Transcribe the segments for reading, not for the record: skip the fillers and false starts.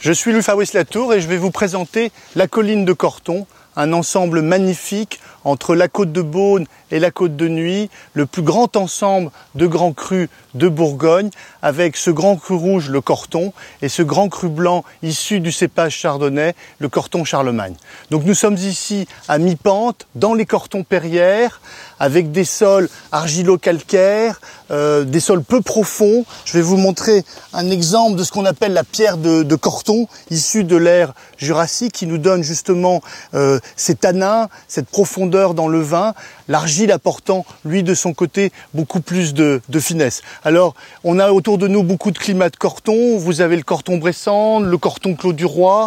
Je suis Louis Fabrice Latour et je vais vous présenter la colline de Corton, un ensemble magnifique entre la côte de Beaune et la côte de Nuits, le plus grand ensemble de grands crus de Bourgogne, avec ce grand cru rouge, le Corton, et ce grand cru blanc issu du cépage chardonnay, le Corton Charlemagne. Donc nous sommes ici à mi-pente, dans les Cortons Perrières, avec des sols argilo-calcaires, des sols peu profonds. Je vais vous montrer un exemple de ce qu'on appelle la pierre de Corton, issue de l'ère jurassique, qui nous donne justement ces tanins, cette profondeur dans le vin, l'argile apportant, lui, de son côté, beaucoup plus de finesse. Alors, on a autour de nous beaucoup de climats de Corton. Vous avez le Corton Bressande, le Corton Clos du Roi,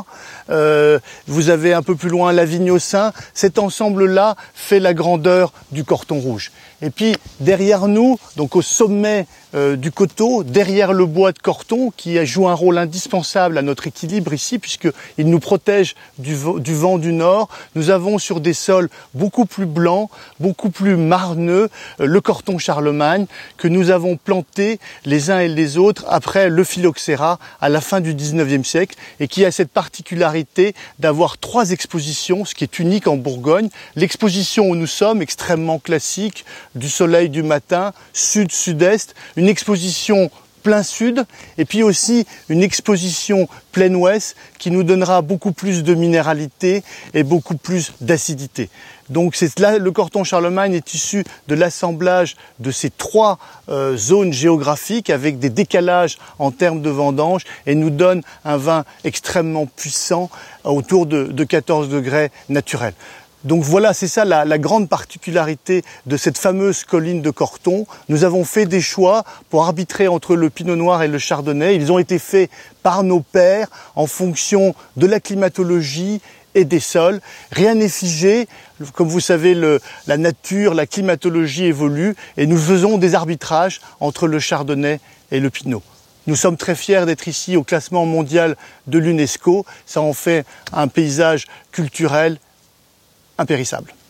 vous avez un peu plus loin la Vigne-au-Sein. Cet ensemble-là fait la grandeur du Corton rouge. Et puis, derrière nous, donc au sommet du coteau, derrière le bois de Corton, qui joue un rôle indispensable à notre équilibre ici, puisqu'il nous protège du vent du nord, nous avons sur des sols beaucoup plus blancs, beaucoup plus marneux, le Corton Charlemagne, que nous avons planté les uns et les autres après le phylloxéra à la fin du 19e siècle, et qui a cette particularité d'avoir 3 expositions, ce qui est unique en Bourgogne. L'exposition où nous sommes, extrêmement classique, du soleil du matin, sud-sud-est, une exposition plein sud, et puis aussi une exposition plein ouest qui nous donnera beaucoup plus de minéralité et beaucoup plus d'acidité. Donc là, le Corton Charlemagne est issu de l'assemblage de ces 3 zones géographiques avec des décalages en termes de vendange et nous donne un vin extrêmement puissant autour de 14 degrés naturels. Donc voilà, c'est ça la grande particularité de cette fameuse colline de Corton. Nous avons fait des choix pour arbitrer entre le Pinot Noir et le Chardonnay. Ils ont été faits par nos pairs en fonction de la climatologie et des sols. Rien n'est figé. Comme vous savez, la nature, la climatologie évolue et nous faisons des arbitrages entre le Chardonnay et le Pinot. Nous sommes très fiers d'être ici au classement mondial de l'UNESCO. Ça en fait un paysage culturel impérissable.